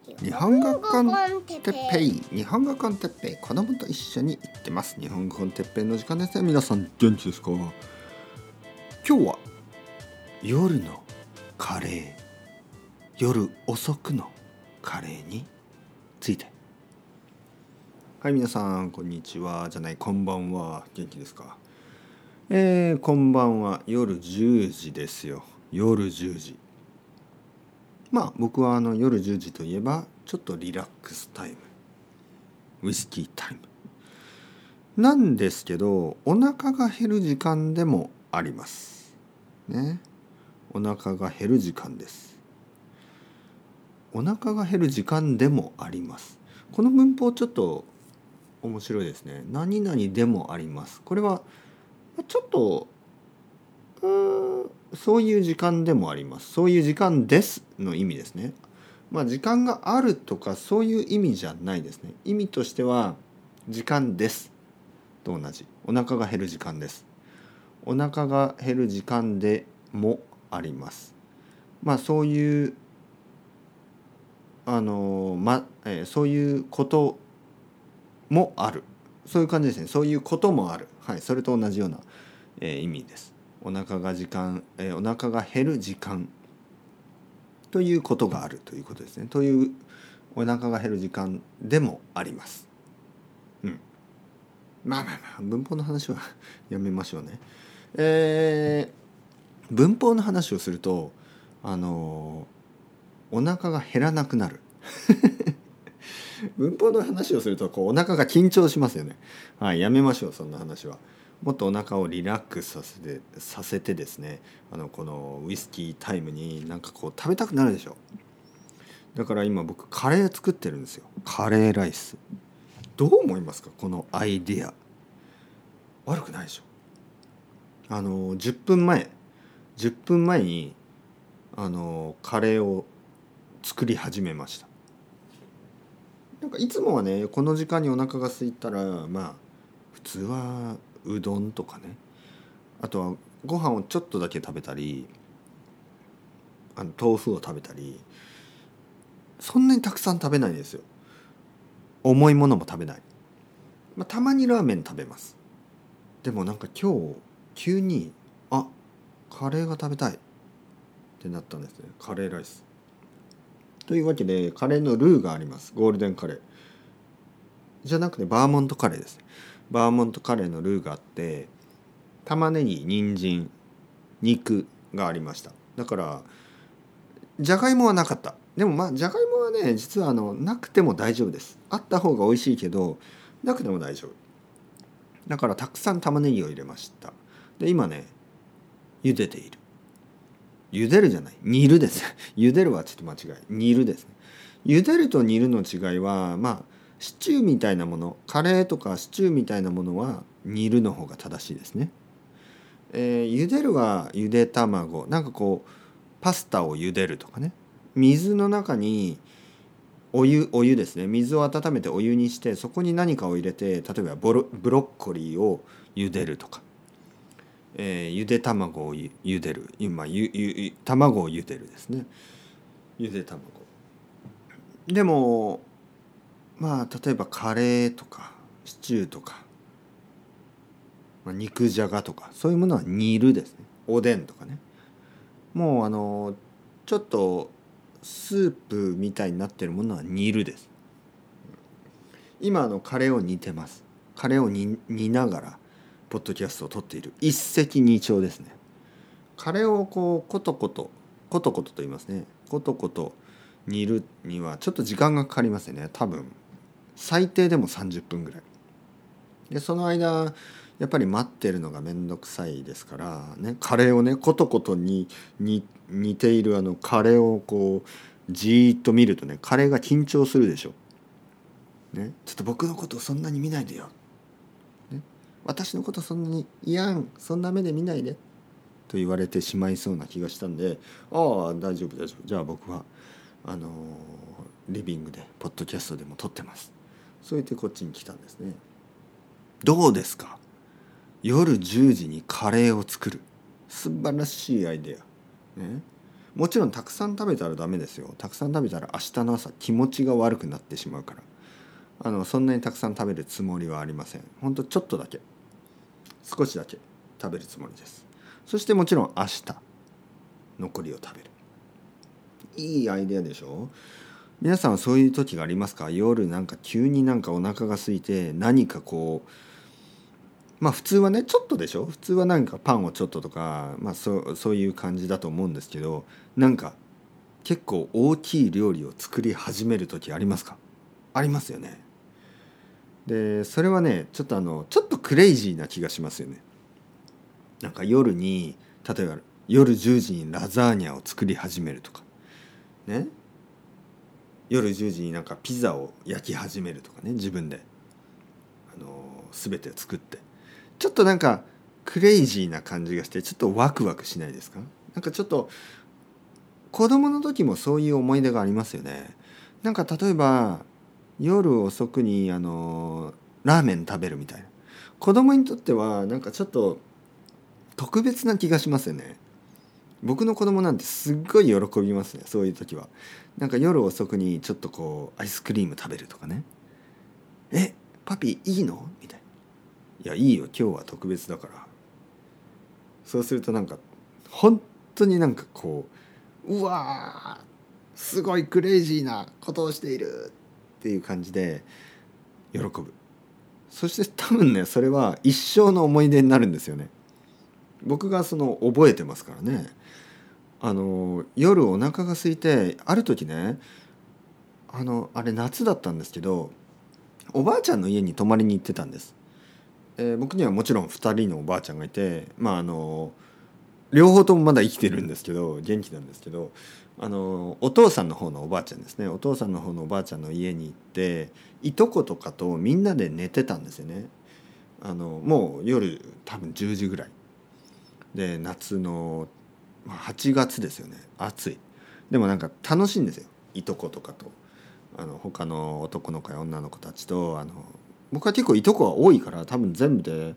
日本語コンテッペイ、日本語コンテッペイ、子供と一緒に行ってます。日本語コンテッペイの時間ですね。皆さん元気ですか？今日は夜のカレー、夜遅くのカレーについて。はい、皆さんこんにちはじゃない、こんばんは。元気ですか？こんばんは。夜10時ですよ。夜10時。僕は夜10時といえばちょっとリラックスタイム、ウイスキータイムなんですけど、お腹が減る時間でもありますね。お腹が減る時間です。お腹が減る時間でもあります。この文法ちょっと面白いですね。何々でもあります。これはちょっとそういう時間でもあります。そういう時間ですの意味ですね。時間があるとかそういう意味じゃないですね。意味としては時間ですと同じ。お腹が減る時間です。お腹が減る時間でもあります。そういうそういうこともある。そういう感じですね。そういうこともある。はい、それと同じような、意味です。お腹が減る時間ということがあるということですね。というお腹が減る時間でもあります。文法の話はやめましょうね。文法の話をするとお腹が減らなくなる文法の話をするとお腹が緊張しますよね。はい、やめましょう、そんな話は。もっとお腹をリラックスさせてですね、このウイスキータイムに食べたくなるでしょ。だから今僕カレー作ってるんですよ。カレーライス。どう思いますか、このアイディア。悪くないでしょ。10分前にカレーを作り始めました。いつもはね、この時間にお腹が空いたら普通はうどんとかね、あとはご飯をちょっとだけ食べたり、豆腐を食べたり、そんなにたくさん食べないですよ。重いものも食べない。たまにラーメン食べます。でも今日急にカレーが食べたいってなったんですね。カレーライスというわけで、カレーのルーがあります。ゴールデンカレーじゃなくてバーモントカレーです。バーモントカレーのルーがあって、玉ねぎ、人参、肉がありました。だからじゃがいもはなかった。でもじゃがいもはね、実はなくても大丈夫です。あった方が美味しいけどなくても大丈夫。だからたくさん玉ねぎを入れました。で今ね、茹でている。茹でるじゃない、煮るです。茹でるはちょっと間違い。煮るですね。茹でると煮るの違いはシチューみたいなもの、カレーとかシチューみたいなものは煮るの方が正しいですね。茹でるはゆで卵、パスタを茹でるとかね、水の中にお湯ですね、水を温めてお湯にして、そこに何かを入れて、例えばブロッコリーを茹でるとか、ゆで卵を茹でる、卵を茹でるですね。ゆで卵でも例えばカレーとかシチューとか、肉じゃがとか、そういうものは煮るですね。おでんとかね、もうちょっとスープみたいになってるものは煮るです。今カレーを煮てます。カレーを煮ながらポッドキャストを撮っている。一石二鳥ですね。カレーをコトコトと言いますね。コトコト煮るにはちょっと時間がかかりますよね。多分最低でも30分ぐらいで、その間やっぱり待ってるのがめんどくさいですからね。カレーをね、コトコトに煮ているカレーをじーっと見るとね、カレーが緊張するでしょ、ね、ちょっと僕のことをそんなに見ないでよ、ね、私のことそんなにそんな目で見ないでと言われてしまいそうな気がしたんで、大丈夫、じゃあ僕はリビングでポッドキャストでも撮ってます。そう言ってこっちに来たんですね。どうですか、夜10時にカレーを作る。素晴らしいアイデア、ね、 もちろんたくさん食べたらダメですよ。たくさん食べたら明日の朝気持ちが悪くなってしまうから、そんなにたくさん食べるつもりはありません。ほんとちょっとだけ、少しだけ食べるつもりです。そしてもちろん明日残りを食べる。いいアイデアでしょ。皆さんはそういう時がありますか？夜なんか急になんかお腹が空いて、何かこう、まあ普通はねちょっとでしょ。普通はなんかパンをちょっととか、まあそういう感じだと思うんですけど、なんか結構大きい料理を作り始める時ありますか？ありますよね。でそれはねちょっとちょっとクレイジーな気がしますよね。なんか夜に、例えば夜10時にラザーニャを作り始めるとかね、夜10時になんかピザを焼き始めるとかね、自分で全て作って、ちょっとなんかクレイジーな感じがして、ちょっとワクワクしないですか？なんかちょっと子供の時もそういう思い出がありますよね。なんか例えば夜遅くにラーメン食べるみたいな、子供にとってはなんかちょっと特別な気がしますよね。僕の子供なんてすっごい喜びますね、そういう時は。なんか夜遅くにちょっとこうアイスクリーム食べるとかね。え、パピいいのみたいな。いやいいよ、今日は特別だから。そうするとなんか本当になんかこう、うわーすごいクレイジーなことをしているっていう感じで喜ぶ。そして多分ねそれは一生の思い出になるんですよね。僕が覚えてますからね。夜お腹が空いて、ある時ね、あれ夏だったんですけど、おばあちゃんの家に泊まりに行ってたんです。僕にはもちろん2人のおばあちゃんがいて、まあ両方ともまだ生きてるんですけど、元気なんですけど、お父さんの方のおばあちゃんですね、お父さんの方のおばあちゃんの家に行って、いとことかとみんなで寝てたんですよね。もう夜多分10時ぐらいで、夏の8月ですよね。暑い。でもなんか楽しいんですよ、いとことかと他の男の子や女の子たちと。僕は結構いとこが多いから、多分全部で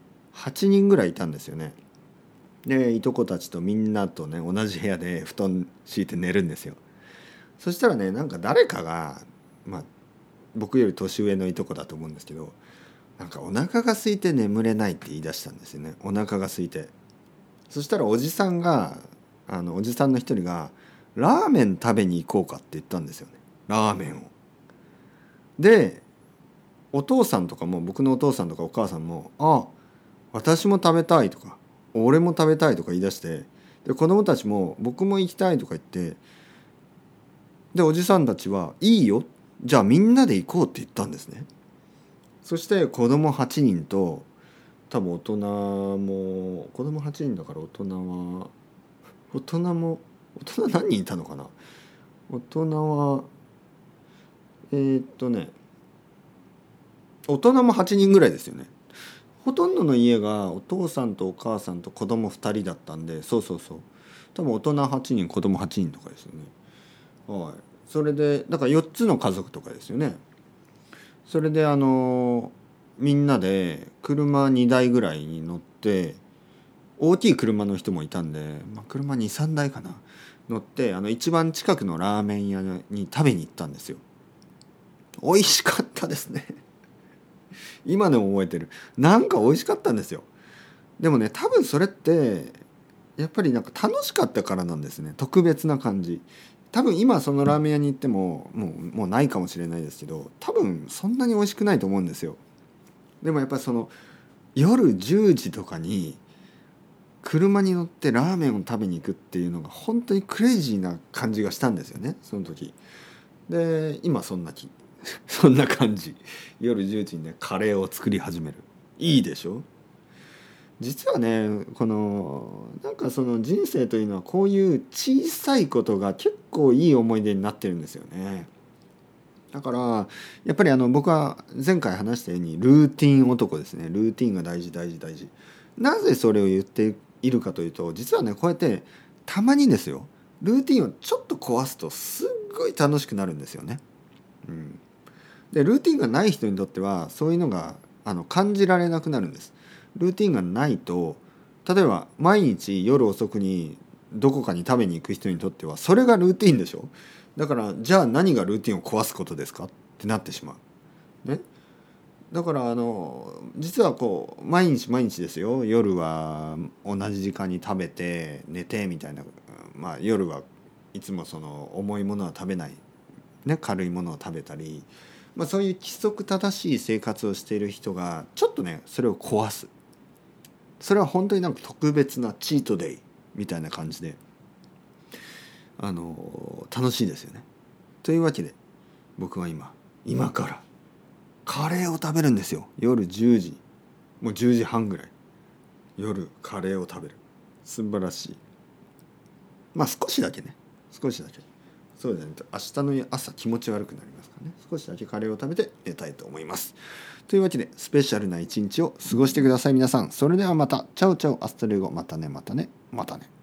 8人ぐらいいたんですよね。でいとこたちとみんなとね同じ部屋で布団敷いて寝るんですよ。そしたらね、なんか誰かが、まあ僕より年上のいとこだと思うんですけど、なんかお腹が空いて眠れないって言い出したんですよね。お腹が空いて。そしたらおじさんが、おじさんの一人がラーメン食べに行こうかって言ったんですよね。ラーメンを。でお父さんとかも、僕のお父さんとかお母さんも、あ、私も食べたいとか、俺も食べたいとか言い出して、で子供たちも僕も行きたいとか言って、でおじさんたちはいいよ、じゃあみんなで行こうって言ったんですね。そして子供8人と、多分大人も、子供8人だから大人も大人何人いたのかな。大人は大人も8人ぐらいですよね。ほとんどの家がお父さんとお母さんと子供2人だったんで、そうそうそう、多分大人8人子供8人とかですよね。はい。それでだから4つの家族とかですよね。それでみんなで車2台ぐらいに乗って、大きい車の人もいたんで、まあ、車2、3台かな、乗って一番近くのラーメン屋に食べに行ったんですよ。美味しかったですね。今でも覚えてる。なんか美味しかったんですよ。でもね、多分それってやっぱりなんか楽しかったからなんですね。特別な感じ。多分今そのラーメン屋に行ってももうないかもしれないですけど、多分そんなに美味しくないと思うんですよ。でもやっぱり夜10時とかに車に乗ってラーメンを食べに行くっていうのが本当にクレイジーな感じがしたんですよね、その時。で今そんなそんな感じ。夜10時にねカレーを作り始める。いいでしょ。実はね、なんか人生というのはこういう小さいことが結構いい思い出になってるんですよね。だからやっぱり僕は前回話したようにルーティン男ですね。ルーティンが大事大事大事。なぜそれを言っているかというと、実はねこうやってたまにですよ、ルーティンをちょっと壊すとすっごい楽しくなるんですよね。うん。でルーティンがない人にとってはそういうのが感じられなくなるんです。ルーティンがないと、例えば毎日夜遅くにどこかに食べに行く人にとってはそれがルーティンでしょ。だからじゃあ何がルーティンを壊すことですかってなってしまうね。だから実はこう毎日毎日ですよ。夜は同じ時間に食べて寝てみたいな、まあ夜はいつもその重いものは食べない、ね、軽いものを食べたり、まあ、そういう規則正しい生活をしている人がちょっとねそれを壊す。それは本当になんか特別なチートデイみたいな感じで楽しいですよね。というわけで僕は今からカレーを食べるんですよ。夜10時、もう10時半ぐらい夜カレーを食べる。素晴らしい。まあ少しだけね、少しだけそうじゃないと明日の朝気持ち悪くなりますからね。少しだけカレーを食べて寝たいと思います。というわけでスペシャルな一日を過ごしてください皆さん。それではまた。チャオチャオアストレゴ。またねまたねまたね。